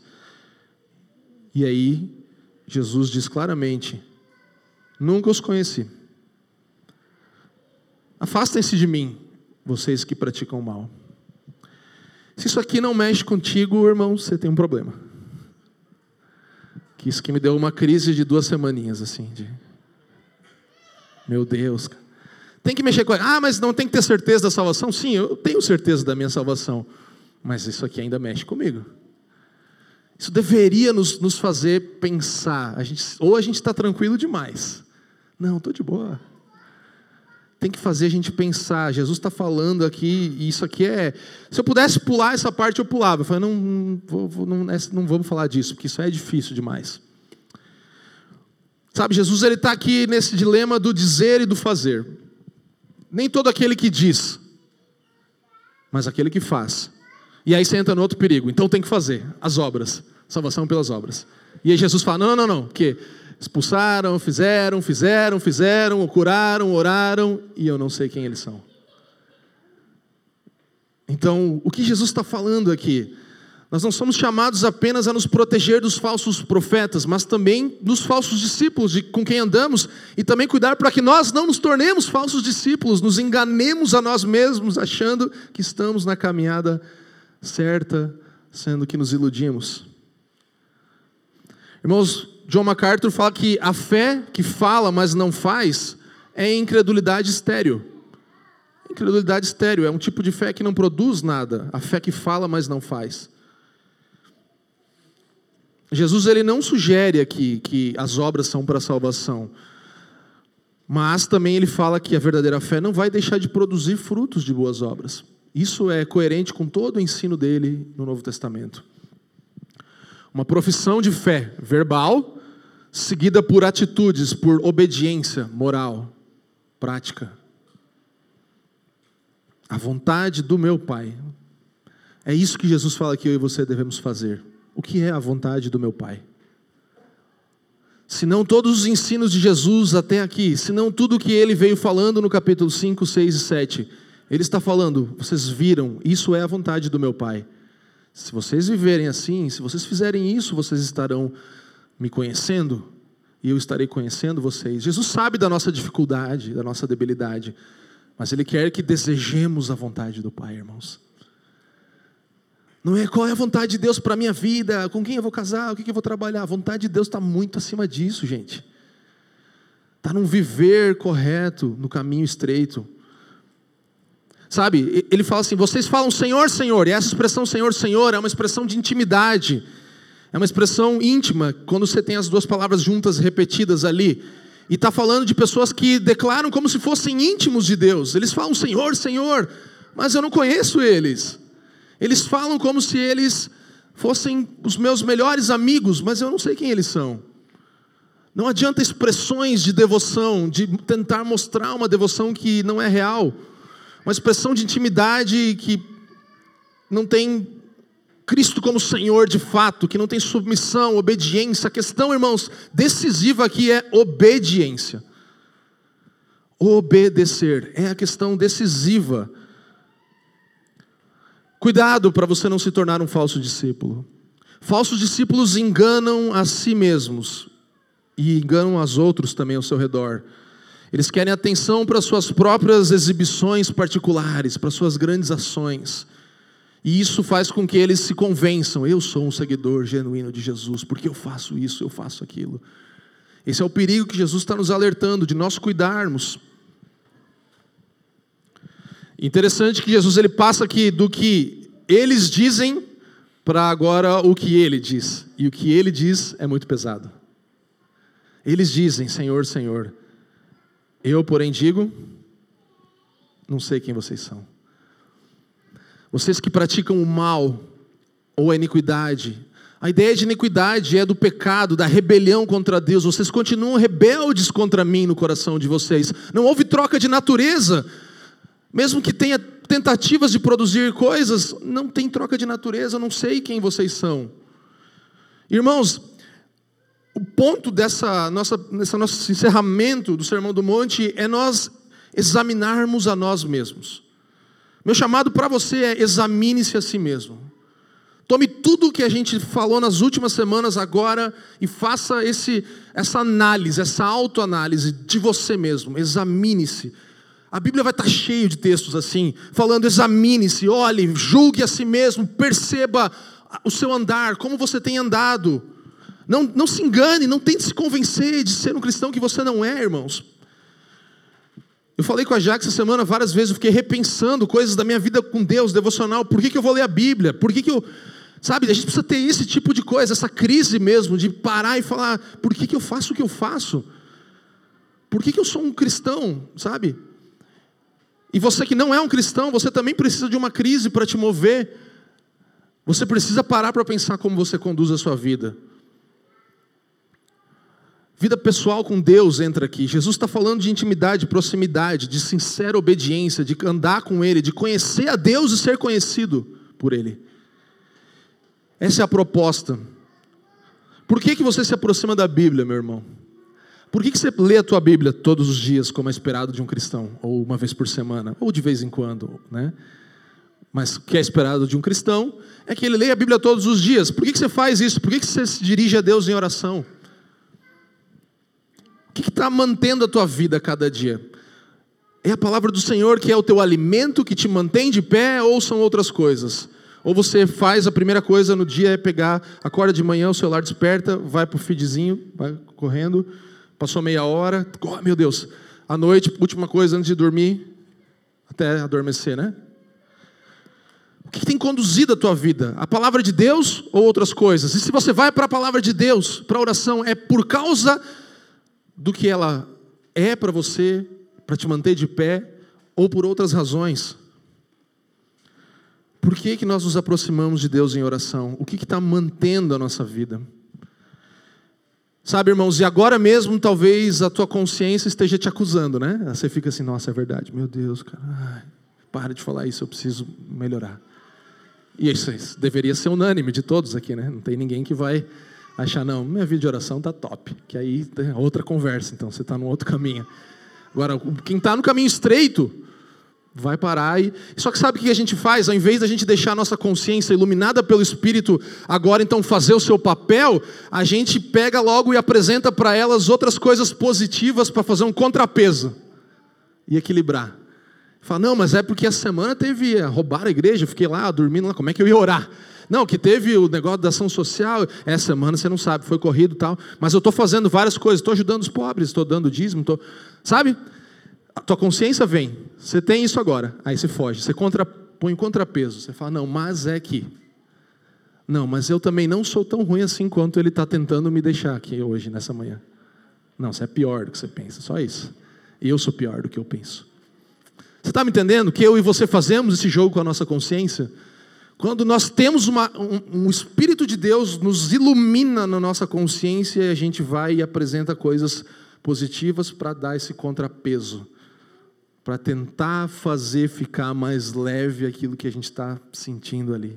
E aí, Jesus diz claramente, nunca os conheci. Afastem-se de mim, vocês que praticam o mal. Se isso aqui não mexe contigo, irmão, você tem um problema. Que isso que me deu uma crise de 2 semaninhas, assim, meu Deus, cara. Tem que mexer com... mas não tem que ter certeza da salvação? Sim, eu tenho certeza da minha salvação. Mas isso aqui ainda mexe comigo. Isso deveria nos fazer pensar. Ou a gente está tranquilo demais. Não, estou de boa. Tem que fazer a gente pensar. Jesus está falando aqui, e isso aqui é... Se eu pudesse pular essa parte, eu pulava. Eu falei, não vamos falar disso, porque isso é difícil demais. Sabe, Jesus está aqui nesse dilema do dizer e do fazer. Nem todo aquele que diz, mas aquele que faz. E aí você entra no outro perigo. Então tem que fazer as obras. Salvação pelas obras. E aí Jesus fala, não. Que expulsaram, fizeram, curaram, oraram, e eu não sei quem eles são. Então, o que Jesus está falando aqui? Nós não somos chamados apenas a nos proteger dos falsos profetas, mas também dos falsos discípulos com quem andamos, e também cuidar para que nós não nos tornemos falsos discípulos, nos enganemos a nós mesmos, achando que estamos na caminhada certa, sendo que nos iludimos. Irmãos, John MacArthur fala que a fé que fala, mas não faz, é incredulidade estéril. Incredulidade estéril é um tipo de fé que não produz nada. A fé que fala, mas não faz. Jesus ele não sugere aqui que as obras são para a salvação. Mas também ele fala que a verdadeira fé não vai deixar de produzir frutos de boas obras. Isso é coerente com todo o ensino dele no Novo Testamento. Uma profissão de fé verbal, seguida por atitudes, por obediência moral, prática. A vontade do meu Pai. É isso que Jesus fala que eu e você devemos fazer. O que é a vontade do meu Pai? Se não todos os ensinos de Jesus até aqui, se não tudo que ele veio falando no capítulo 5, 6 e 7, ele está falando, vocês viram, isso é a vontade do meu Pai. Se vocês viverem assim, se vocês fizerem isso, vocês estarão me conhecendo, e eu estarei conhecendo vocês. Jesus sabe da nossa dificuldade, da nossa debilidade, mas ele quer que desejemos a vontade do Pai, irmãos. Não é qual é a vontade de Deus para a minha vida, com quem eu vou casar, o que eu vou trabalhar. A vontade de Deus está muito acima disso, gente. Está num viver correto, no caminho estreito. Sabe, ele fala assim, vocês falam Senhor, Senhor, e essa expressão Senhor, Senhor é uma expressão de intimidade. É uma expressão íntima, quando você tem as duas palavras juntas, repetidas ali. E está falando de pessoas que declaram como se fossem íntimos de Deus. Eles falam Senhor, Senhor, mas eu não conheço eles. Eles falam como se eles fossem os meus melhores amigos, mas eu não sei quem eles são. Não adianta expressões de devoção, de tentar mostrar uma devoção que não é real. Uma expressão de intimidade que não tem Cristo como Senhor de fato, que não tem submissão, obediência. A questão, irmãos, decisiva aqui é obediência. Obedecer é a questão decisiva. Cuidado para você não se tornar um falso discípulo. Falsos discípulos enganam a si mesmos e enganam os outros também ao seu redor. Eles querem atenção para suas próprias exibições particulares, para suas grandes ações. E isso faz com que eles se convençam, eu sou um seguidor genuíno de Jesus, porque eu faço isso, eu faço aquilo. Esse é o perigo que Jesus está nos alertando, de nós cuidarmos. Interessante que Jesus ele passa aqui do que eles dizem para agora o que ele diz. E o que ele diz é muito pesado. Eles dizem, Senhor, Senhor. Eu, porém, digo, não sei quem vocês são. Vocês que praticam o mal ou a iniquidade. A ideia de iniquidade é do pecado, da rebelião contra Deus. Vocês continuam rebeldes contra mim no coração de vocês. Não houve troca de natureza. Mesmo que tenha tentativas de produzir coisas, não tem troca de natureza, eu não sei quem vocês são. Irmãos, o ponto desse nosso encerramento do Sermão do Monte é nós examinarmos a nós mesmos. Meu chamado para você é examine-se a si mesmo. Tome tudo o que a gente falou nas últimas semanas agora e faça essa análise, essa autoanálise de você mesmo. Examine-se. A Bíblia vai estar cheia de textos assim, falando examine-se, olhe, julgue a si mesmo, perceba o seu andar, como você tem andado. Não se engane, não tente se convencer de ser um cristão que você não é, irmãos. Eu falei com a Jaque essa semana várias vezes, eu fiquei repensando coisas da minha vida com Deus, devocional. Por que eu vou ler a Bíblia? Por que eu... Sabe, a gente precisa ter esse tipo de coisa, essa crise mesmo, de parar e falar, por que eu faço o que eu faço? Por que eu sou um cristão, sabe? E você que não é um cristão, você também precisa de uma crise para te mover. Você precisa parar para pensar como você conduz a sua vida. Vida pessoal com Deus entra aqui. Jesus está falando de intimidade, proximidade, de sincera obediência, de andar com Ele, de conhecer a Deus e ser conhecido por Ele. Essa é a proposta. Por que você se aproxima da Bíblia, meu irmão? Por que você lê a tua Bíblia todos os dias, como é esperado de um cristão? Ou uma vez por semana, ou de vez em quando, né? Mas o que é esperado de um cristão é que ele leia a Bíblia todos os dias. Por que você faz isso? Por que você se dirige a Deus em oração? O que está mantendo a tua vida a cada dia? É a palavra do Senhor que é o teu alimento, que te mantém de pé, ou são outras coisas? Ou você faz a primeira coisa no dia é pegar, acorda de manhã, o celular desperta, vai pro feedzinho, vai correndo, passou meia hora, oh meu Deus, à noite, última coisa antes de dormir, até adormecer, né? O que tem conduzido a tua vida? A palavra de Deus ou outras coisas? E se você vai para a palavra de Deus, para a oração, é por causa do que ela é para você, para te manter de pé, ou por outras razões? Por que nós nos aproximamos de Deus em oração? O que está mantendo a nossa vida? Sabe, irmãos, e agora mesmo talvez a tua consciência esteja te acusando, né? Você fica assim, nossa, é verdade, meu Deus, cara, para de falar isso, eu preciso melhorar. E isso deveria ser unânime de todos aqui, né? Não tem ninguém que vai achar, não, minha vida de oração está top, que aí tem outra conversa, então você está num outro caminho. Agora, quem está no caminho estreito, vai parar e... Só que sabe o que a gente faz? Ao invés da gente deixar a nossa consciência iluminada pelo Espírito, agora então fazer o seu papel, a gente pega logo e apresenta para elas outras coisas positivas para fazer um contrapeso e equilibrar. Fala, não, mas é porque essa semana teve roubar a igreja, eu fiquei lá dormindo lá, como é que eu ia orar? Não, que teve o negócio da ação social, essa semana você não sabe, foi corrido e tal, mas eu estou fazendo várias coisas, estou ajudando os pobres, estou dando dízimo, sabe? A tua consciência vem, você tem isso agora, aí você foge, você põe contrapeso, você fala, não, mas é que, não, mas eu também não sou tão ruim assim quanto ele está tentando me deixar aqui hoje, nessa manhã. Não, você é pior do que você pensa, só isso. E eu sou pior do que eu penso. Você está me entendendo que eu e você fazemos esse jogo com a nossa consciência? Quando nós temos um Espírito de Deus nos ilumina na nossa consciência, a gente vai e apresenta coisas positivas para dar esse contrapeso, para tentar fazer ficar mais leve aquilo que a gente está sentindo ali.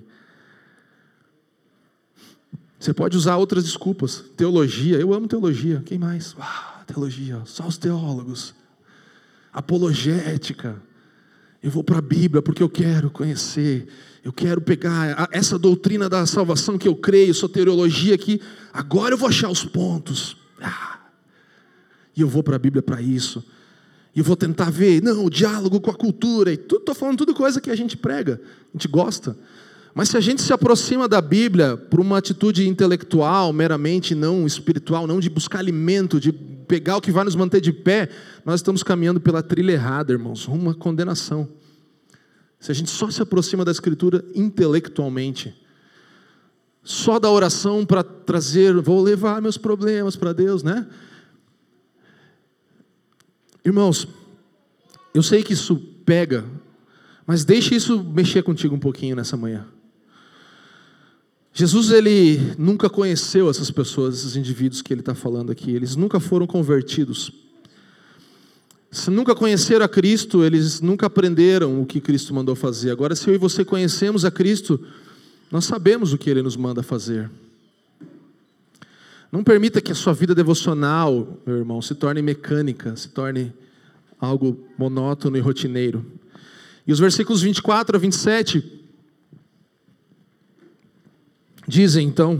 Você pode usar outras desculpas. Teologia, eu amo teologia. Quem mais? Teologia, só os teólogos. Apologética. Eu vou para a Bíblia porque eu quero conhecer, eu quero pegar essa doutrina da salvação que eu creio, soteriologia aqui, agora eu vou achar os pontos. E eu vou para a Bíblia para isso. E eu vou tentar ver, o diálogo com a cultura, e estou falando tudo coisa que a gente prega, a gente gosta. Mas se a gente se aproxima da Bíblia por uma atitude intelectual, meramente não espiritual, não de buscar alimento, de pegar o que vai nos manter de pé, nós estamos caminhando pela trilha errada, irmãos, rumo à condenação. Se a gente só se aproxima da Escritura intelectualmente, só da oração para trazer, vou levar meus problemas para Deus, né? Irmãos, eu sei que isso pega, mas deixe isso mexer contigo um pouquinho nessa manhã. Jesus, ele nunca conheceu essas pessoas, esses indivíduos que ele está falando aqui, eles nunca foram convertidos. Se nunca conheceram a Cristo, eles nunca aprenderam o que Cristo mandou fazer. Agora, se eu e você conhecemos a Cristo, nós sabemos o que Ele nos manda fazer. Não permita que a sua vida devocional, meu irmão, se torne mecânica, se torne algo monótono e rotineiro. E os versículos 24 a 27 dizem então,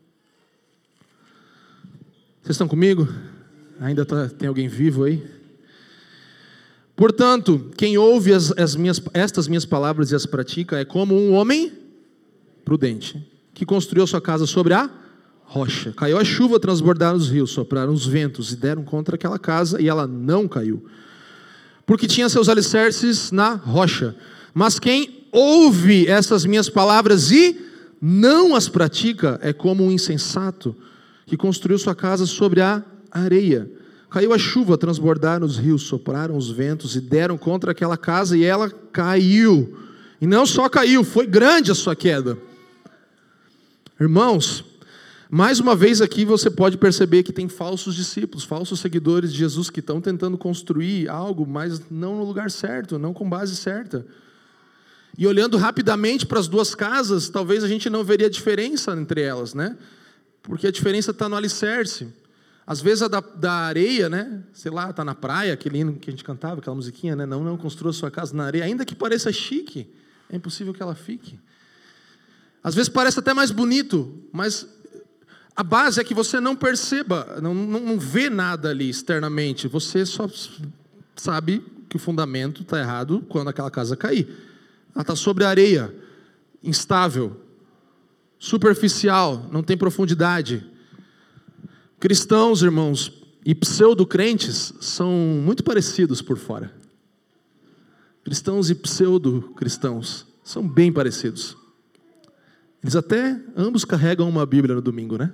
vocês estão comigo? Ainda tem alguém vivo aí? Portanto, quem ouve estas minhas palavras e as pratica é como um homem prudente, que construiu sua casa sobre a rocha. Caiu a chuva, transbordaram os rios, sopraram os ventos e deram contra aquela casa, e ela não caiu, porque tinha seus alicerces na rocha. Mas quem ouve essas minhas palavras e não as pratica é como um insensato que construiu sua casa sobre a areia. Caiu a chuva, transbordaram os rios, sopraram os ventos e deram contra aquela casa, e ela caiu. E não só caiu, foi grande a sua queda. Irmãos, mais uma vez aqui você pode perceber que tem falsos discípulos, falsos seguidores de Jesus que estão tentando construir algo, mas não no lugar certo, não com base certa. E olhando rapidamente para as duas casas, talvez a gente não veria diferença entre elas, né? Porque a diferença está no alicerce. Às vezes a da areia, né? Sei lá, está na praia, aquele hino que a gente cantava, aquela musiquinha, né? Não construa sua casa na areia, ainda que pareça chique, é impossível que ela fique. Às vezes parece até mais bonito, mas a base é que você não perceba, não vê nada ali externamente, você só sabe que o fundamento está errado quando aquela casa cair. Ela está sobre a areia, instável, superficial, não tem profundidade. Cristãos, irmãos, e pseudo-crentes são muito parecidos por fora. Cristãos e pseudo-cristãos são bem parecidos. Eles até, ambos carregam uma Bíblia no domingo, né?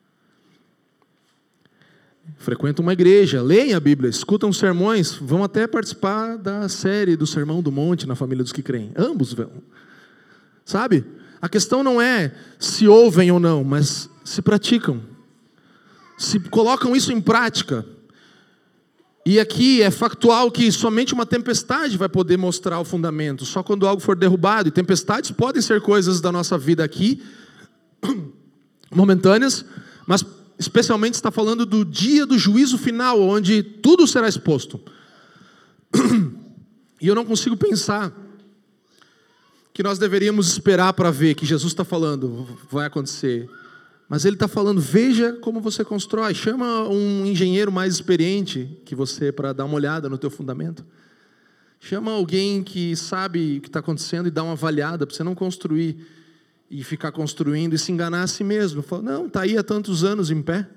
Frequentam uma igreja, leem a Bíblia, escutam sermões, vão até participar da série do Sermão do Monte na família dos que creem. Ambos vão. Sabe? A questão não é se ouvem ou não, mas se praticam. Se colocam isso em prática. E aqui é factual que somente uma tempestade vai poder mostrar o fundamento. Só quando algo for derrubado. E tempestades podem ser coisas da nossa vida aqui, momentâneas, mas especialmente está falando do dia do juízo final, onde tudo será exposto. E eu não consigo pensar que nós deveríamos esperar para ver que Jesus está falando, vai acontecer. Mas ele está falando, veja como você constrói. Chama um engenheiro mais experiente que você para dar uma olhada no teu fundamento. Chama alguém que sabe o que está acontecendo e dá uma avaliada, para você não construir e ficar construindo e se enganar a si mesmo. Fala, não, está aí há tantos anos em pé.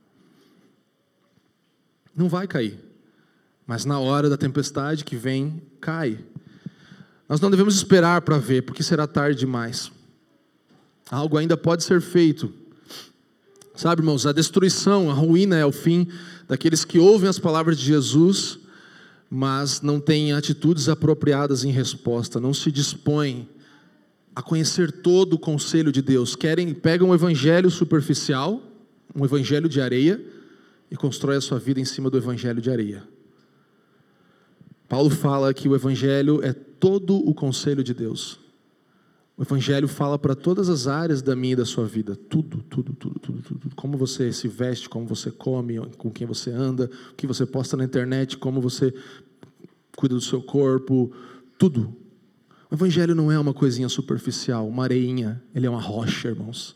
Não vai cair. Mas na hora da tempestade que vem, cai. Nós não devemos esperar para ver, porque será tarde demais. Algo ainda pode ser feito. Sabe, irmãos, a destruição, a ruína é o fim daqueles que ouvem as palavras de Jesus, mas não têm atitudes apropriadas em resposta, não se dispõem a conhecer todo o conselho de Deus. Pegam um evangelho superficial, um evangelho de areia, e constroem a sua vida em cima do evangelho de areia. Paulo fala que o evangelho é todo o conselho de Deus. O evangelho fala para todas as áreas da minha e da sua vida. Tudo. Como você se veste, como você come, com quem você anda, o que você posta na internet, como você cuida do seu corpo, tudo. O evangelho não é uma coisinha superficial, uma areinha, ele é uma rocha, irmãos.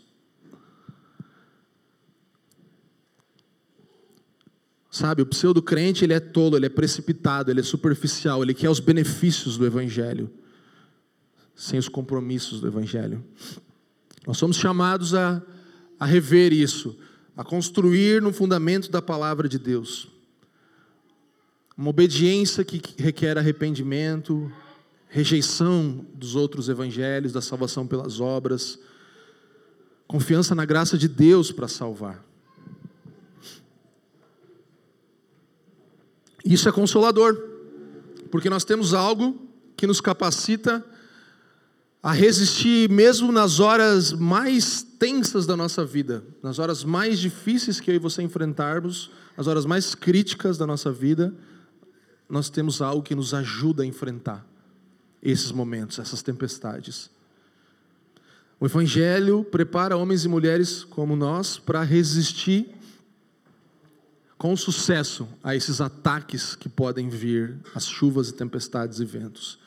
Sabe, o pseudo-crente, ele é tolo, ele é precipitado, ele é superficial, ele quer os benefícios do evangelho, sem os compromissos do evangelho. Nós somos chamados a rever isso, a construir no fundamento da palavra de Deus. Uma obediência que requer arrependimento, rejeição dos outros evangelhos, da salvação pelas obras, confiança na graça de Deus para salvar. Isso é consolador, porque nós temos algo que nos capacita a resistir mesmo nas horas mais tensas da nossa vida, nas horas mais difíceis que eu e você enfrentarmos, nas horas mais críticas da nossa vida, nós temos algo que nos ajuda a enfrentar esses momentos, essas tempestades. O Evangelho prepara homens e mulheres como nós para resistir com sucesso a esses ataques que podem vir, as chuvas e tempestades e ventos.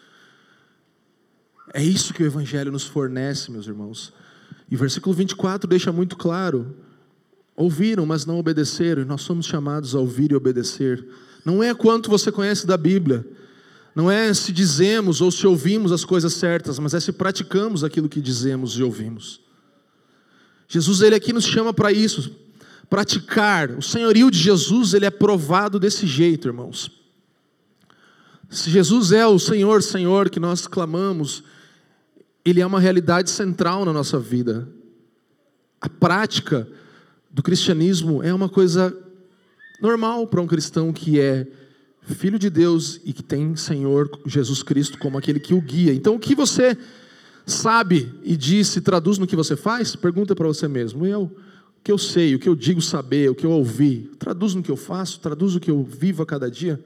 É isso que o Evangelho nos fornece, meus irmãos. E o versículo 24 deixa muito claro: ouviram, mas não obedeceram. E nós somos chamados a ouvir e obedecer. Não é quanto você conhece da Bíblia, não é se dizemos ou se ouvimos as coisas certas, mas é se praticamos aquilo que dizemos e ouvimos. Jesus, ele aqui nos chama para isso, praticar. O senhorio de Jesus, ele é provado desse jeito, irmãos. Se Jesus é o Senhor, Senhor, que nós clamamos, ele é uma realidade central na nossa vida. A prática do cristianismo é uma coisa normal para um cristão que é filho de Deus e que tem Senhor Jesus Cristo como aquele que o guia. Então, o que você sabe e diz, se traduz no que você faz? Pergunta para você mesmo. O que eu sei, o que eu digo saber, o que eu ouvi, traduz no que eu faço, traduz o que eu vivo a cada dia?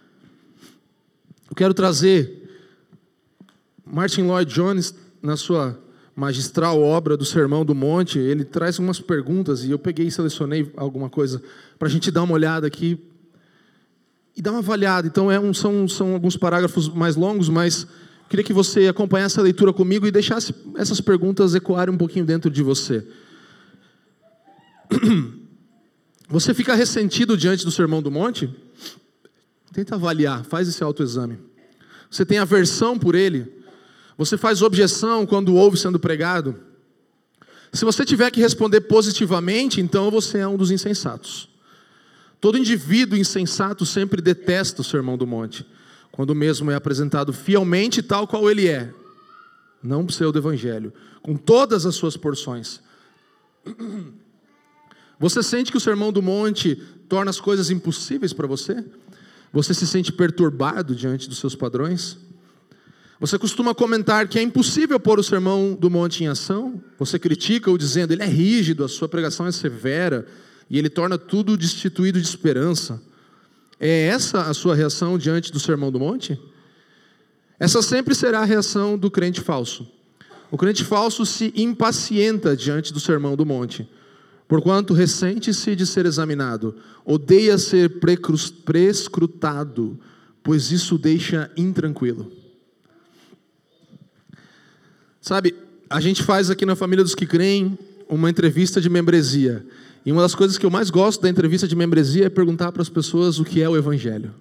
Eu quero trazer Martin Lloyd Jones, na sua magistral obra do Sermão do Monte, ele traz umas perguntas, e eu peguei e selecionei alguma coisa para a gente dar uma olhada aqui e dar uma avaliada. Então são alguns parágrafos mais longos, mas queria que você acompanhasse a leitura comigo e deixasse essas perguntas ecoarem um pouquinho dentro de você. Você fica ressentido diante do Sermão do Monte? Tenta avaliar, faz esse autoexame. Você tem aversão por ele? Você faz objeção quando ouve sendo pregado? Se você tiver que responder positivamente, então você é um dos insensatos. Todo indivíduo insensato sempre detesta o Sermão do Monte. quando o mesmo é apresentado fielmente tal qual ele é, não pseudo-evangelho, com todas as suas porções. Você sente que o Sermão do Monte torna as coisas impossíveis para você? Você se sente perturbado diante dos seus padrões? Você costuma comentar que é impossível pôr o Sermão do Monte em ação? Você critica-o dizendo, ele é rígido, a sua pregação é severa, e ele torna tudo destituído de esperança. É essa a sua reação diante do Sermão do Monte? Essa sempre será a reação do crente falso. O crente falso se impacienta diante do Sermão do Monte, porquanto ressente-se de ser examinado, odeia ser prescrutado, pois isso o deixa intranquilo. Sabe, a gente faz aqui na Família dos que Creem uma entrevista de membresia. E uma das coisas que eu mais gosto da entrevista de membresia é perguntar para as pessoas o que é o Evangelho.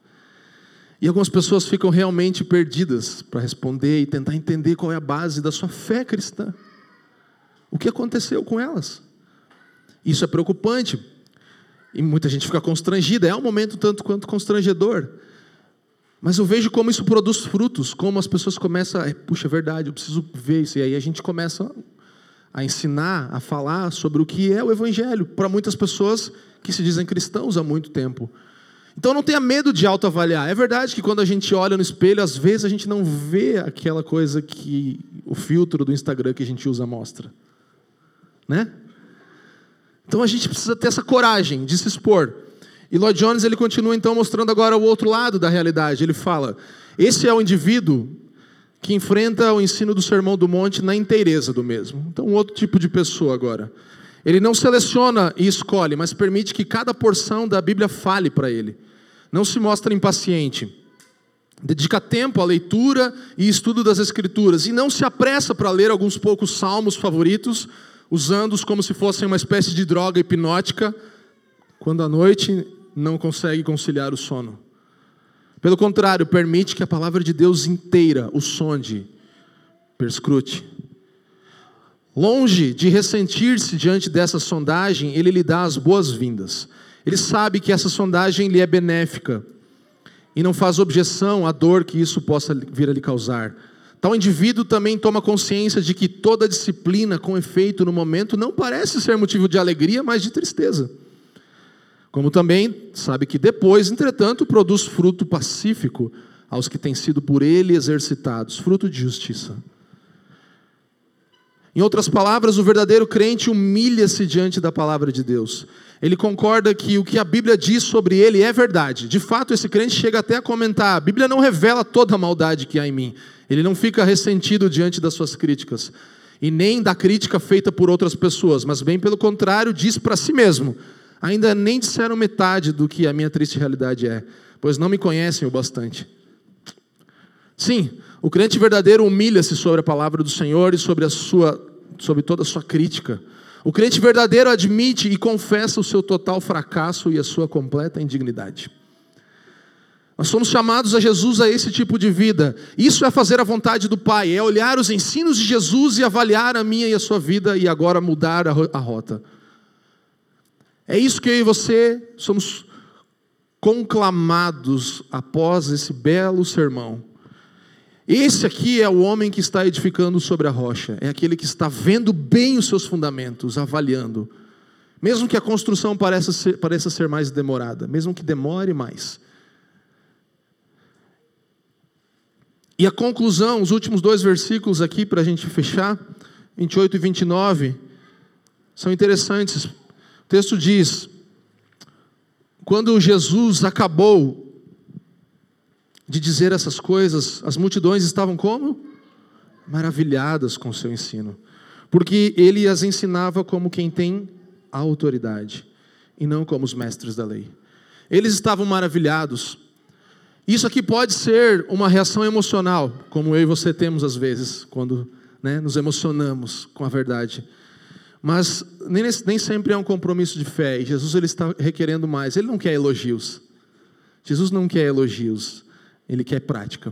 E algumas pessoas ficam realmente perdidas para responder e tentar entender qual é a base da sua fé cristã. O que aconteceu com elas? Isso é preocupante. E muita gente fica constrangida. É um momento tanto quanto constrangedor. Mas eu vejo como isso produz frutos, como as pessoas começam puxa, é verdade, eu preciso ver isso. E aí a gente começa a ensinar, a falar sobre o que é o Evangelho, para muitas pessoas que se dizem cristãos há muito tempo. Então não tenha medo de autoavaliar. É verdade que quando a gente olha no espelho, às vezes a gente não vê aquela coisa que o filtro do Instagram que a gente usa mostra. Né? Então a gente precisa ter essa coragem de se expor. E Lloyd Jones ele continua então mostrando agora o outro lado da realidade. Ele fala, esse é o indivíduo que enfrenta o ensino do Sermão do Monte na inteireza do mesmo. Então um outro tipo de pessoa agora. Ele não seleciona e escolhe, mas permite que cada porção da Bíblia fale para ele. Não se mostra impaciente. Dedica tempo à leitura e estudo das Escrituras. E não se apressa para ler alguns poucos salmos favoritos, usando-os como se fossem uma espécie de droga hipnótica, quando à noite não consegue conciliar o sono. Pelo contrário, permite que a palavra de Deus inteira o sonde, perscrute. Longe de ressentir-se diante dessa sondagem, ele lhe dá as boas-vindas. Ele sabe que essa sondagem lhe é benéfica e não faz objeção à dor que isso possa vir a lhe causar. Tal indivíduo também toma consciência de que toda disciplina com efeito no momento não parece ser motivo de alegria, mas de tristeza. Como também sabe que depois, entretanto, produz fruto pacífico aos que têm sido por ele exercitados, fruto de justiça. Em outras palavras, o verdadeiro crente humilha-se diante da palavra de Deus. Ele concorda que o que a Bíblia diz sobre ele é verdade. De fato, esse crente chega até a comentar, a Bíblia não revela toda a maldade que há em mim. Ele não fica ressentido diante das suas críticas. E nem da crítica feita por outras pessoas, mas bem pelo contrário, diz para si mesmo, ainda nem disseram metade do que a minha triste realidade é, pois não me conhecem o bastante. Sim, o crente verdadeiro humilha-se sobre a palavra do Senhor e sobre toda a sua crítica. O crente verdadeiro admite e confessa o seu total fracasso e a sua completa indignidade. Nós somos chamados a Jesus a esse tipo de vida. Isso é fazer a vontade do Pai, é olhar os ensinos de Jesus e avaliar a minha e a sua vida e agora mudar a rota. É isso que eu e você somos conclamados após esse belo sermão. Esse aqui é o homem que está edificando sobre a rocha. É aquele que está vendo bem os seus fundamentos, avaliando. Mesmo que a construção pareça ser mais demorada, mesmo que demore mais. E a conclusão, os últimos 2 versículos aqui para a gente fechar, 28 e 29, são interessantes. O texto diz, quando Jesus acabou de dizer essas coisas, as multidões estavam como? Maravilhadas com o seu ensino, porque ele as ensinava como quem tem autoridade, e não como os mestres da lei. Eles estavam maravilhados. Isso aqui pode ser uma reação emocional, como eu e você temos às vezes, quando nos emocionamos com a verdade. Mas nem sempre é um compromisso de fé, e Jesus ele está requerendo mais. Ele não quer elogios. Jesus não quer elogios, ele quer prática.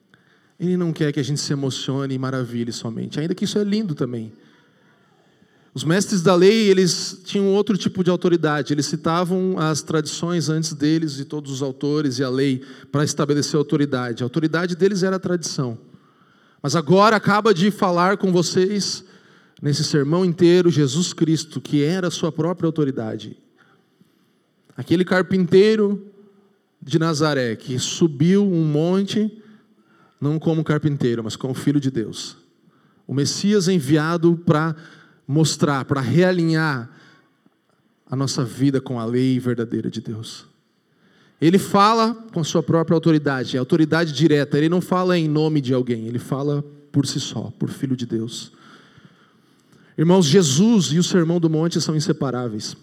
Ele não quer que a gente se emocione e maravilhe somente, ainda que isso é lindo também. Os mestres da lei, eles tinham outro tipo de autoridade. Eles citavam as tradições antes deles e todos os autores e a lei para estabelecer a autoridade. A autoridade deles era a tradição. Mas agora acaba de falar com vocês, nesse sermão inteiro, Jesus Cristo, que era a sua própria autoridade. Aquele carpinteiro de Nazaré, que subiu um monte, não como carpinteiro, mas como filho de Deus. O Messias enviado para mostrar, para realinhar a nossa vida com a lei verdadeira de Deus. Ele fala com a sua própria autoridade, é autoridade direta. Ele não fala em nome de alguém, ele fala por si só, por Filho de Deus. Irmãos, Jesus e o Sermão do Monte são inseparáveis.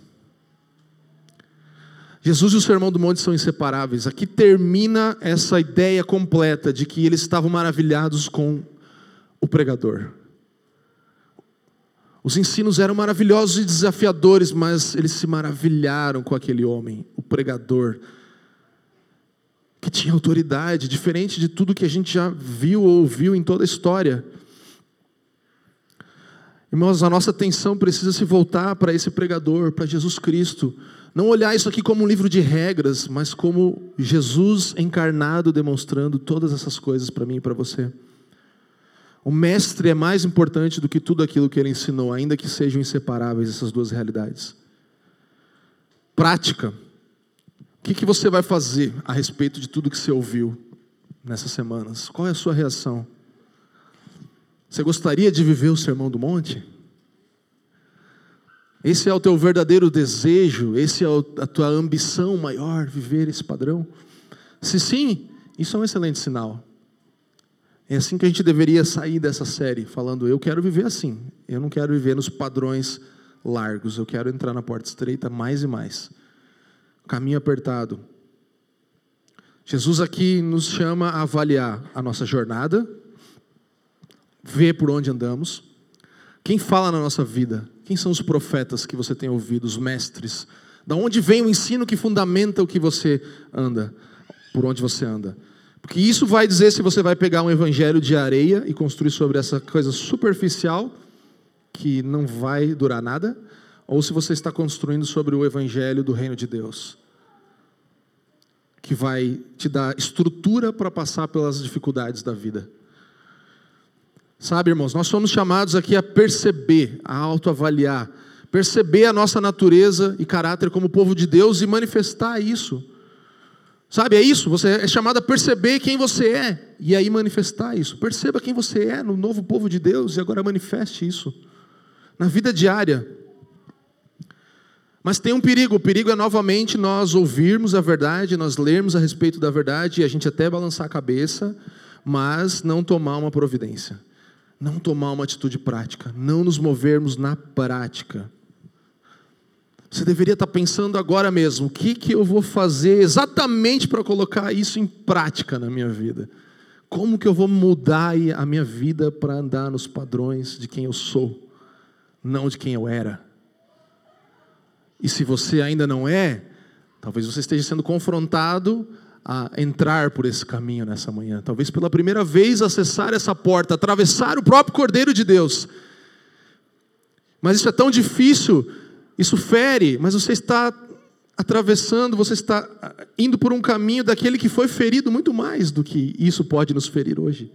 Jesus e o Sermão do Monte são inseparáveis. Aqui termina essa ideia completa de que eles estavam maravilhados com o pregador. Os ensinos eram maravilhosos e desafiadores, mas eles se maravilharam com aquele homem, o pregador, que tinha autoridade, diferente de tudo que a gente já viu ou ouviu em toda a história. Irmãos, a nossa atenção precisa se voltar para esse pregador, para Jesus Cristo. Não olhar isso aqui como um livro de regras, mas como Jesus encarnado demonstrando todas essas coisas para mim e para você. O mestre é mais importante do que tudo aquilo que ele ensinou, ainda que sejam inseparáveis essas duas realidades. Prática. O que você vai fazer a respeito de tudo que você ouviu nessas semanas? Qual é a sua reação? Você gostaria de viver o Sermão do Monte? Esse é o teu verdadeiro desejo? Esse é a tua ambição maior, viver esse padrão? Se sim, isso é um excelente sinal. É assim que a gente deveria sair dessa série, falando, eu quero viver assim. Eu não quero viver nos padrões largos, eu quero entrar na porta estreita mais e mais. Caminho apertado. Jesus aqui nos chama a avaliar a nossa jornada, ver por onde andamos. Quem fala na nossa vida? Quem são os profetas que você tem ouvido, os mestres? Da onde vem o ensino que fundamenta o que você anda, por onde você anda? Porque isso vai dizer se você vai pegar um evangelho de areia e construir sobre essa coisa superficial, que não vai durar nada, ou se você está construindo sobre o evangelho do reino de Deus, que vai te dar estrutura para passar pelas dificuldades da vida. Sabe, irmãos, nós somos chamados aqui a perceber, a autoavaliar, perceber a nossa natureza e caráter como povo de Deus e manifestar isso. Sabe, é isso, você é chamado a perceber quem você é e aí manifestar isso. Perceba quem você é no novo povo de Deus e agora manifeste isso na vida diária. Mas tem um perigo, o perigo é novamente nós ouvirmos a verdade, nós lermos a respeito da verdade e a gente até balançar a cabeça, mas não tomar uma providência, não tomar uma atitude prática, não nos movermos na prática. Você deveria estar pensando agora mesmo, o que eu vou fazer exatamente para colocar isso em prática na minha vida? Como que eu vou mudar a minha vida para andar nos padrões de quem eu sou, não de quem eu era? E se você ainda não é, talvez você esteja sendo confrontado a entrar por esse caminho nessa manhã. Talvez pela primeira vez acessar essa porta, atravessar o próprio Cordeiro de Deus. Mas isso é tão difícil. Isso fere, mas você está atravessando, você está indo por um caminho daquele que foi ferido muito mais do que isso pode nos ferir hoje.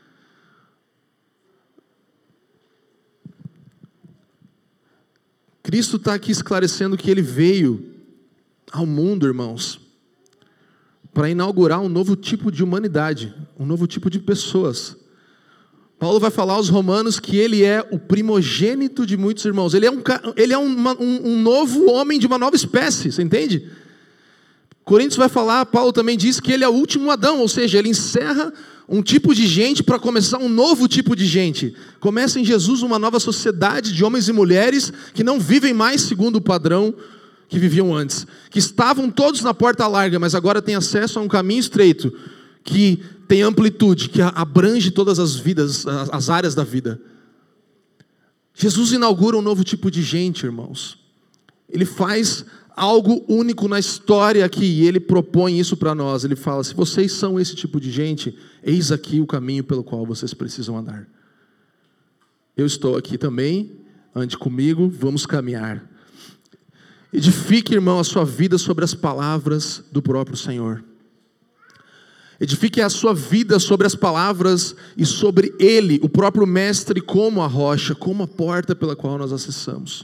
Cristo está aqui esclarecendo que Ele veio ao mundo, irmãos, para inaugurar um novo tipo de humanidade, um novo tipo de pessoas. Paulo vai falar aos romanos que ele é o primogênito de muitos irmãos. Ele é um novo homem de uma nova espécie, você entende? Coríntios vai falar, Paulo também diz que ele é o último Adão, ou seja, ele encerra um tipo de gente para começar um novo tipo de gente. Começa em Jesus uma nova sociedade de homens e mulheres que não vivem mais segundo o padrão que viviam antes. Que estavam todos na porta larga, mas agora têm acesso a um caminho estreito, que tem amplitude, que abrange todas as vidas, as áreas da vida. Jesus inaugura um novo tipo de gente, irmãos. Ele faz algo único na história aqui, e Ele propõe isso para nós. Ele fala, se vocês são esse tipo de gente, eis aqui o caminho pelo qual vocês precisam andar. Eu estou aqui também, ande comigo, vamos caminhar. Edifique, irmão, a sua vida sobre as palavras do próprio Senhor. Edifique a sua vida sobre as palavras e sobre Ele, o próprio Mestre, como a rocha, como a porta pela qual nós acessamos.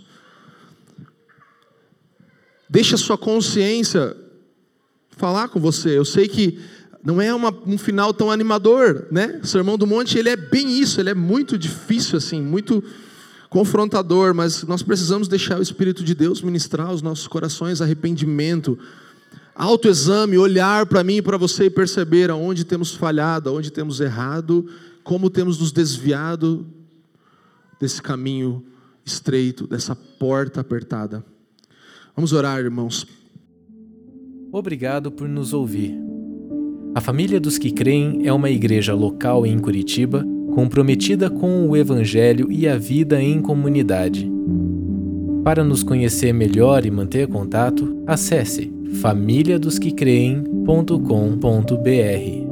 Deixe a sua consciência falar com você. Eu sei que não é um final tão animador, né? O Sermão do Monte, ele é bem isso, ele é muito difícil, assim, muito confrontador, mas nós precisamos deixar o Espírito de Deus ministrar aos nossos corações arrependimento, autoexame, olhar para mim e para você e perceber aonde temos falhado, aonde temos errado, como temos nos desviado desse caminho estreito, dessa porta apertada. Vamos orar, irmãos. Obrigado por nos ouvir. A Família dos que Creem é uma igreja local em Curitiba, comprometida com o Evangelho e a vida em comunidade. Para nos conhecer melhor e manter contato, acesse famíliadosquecreem.com.br.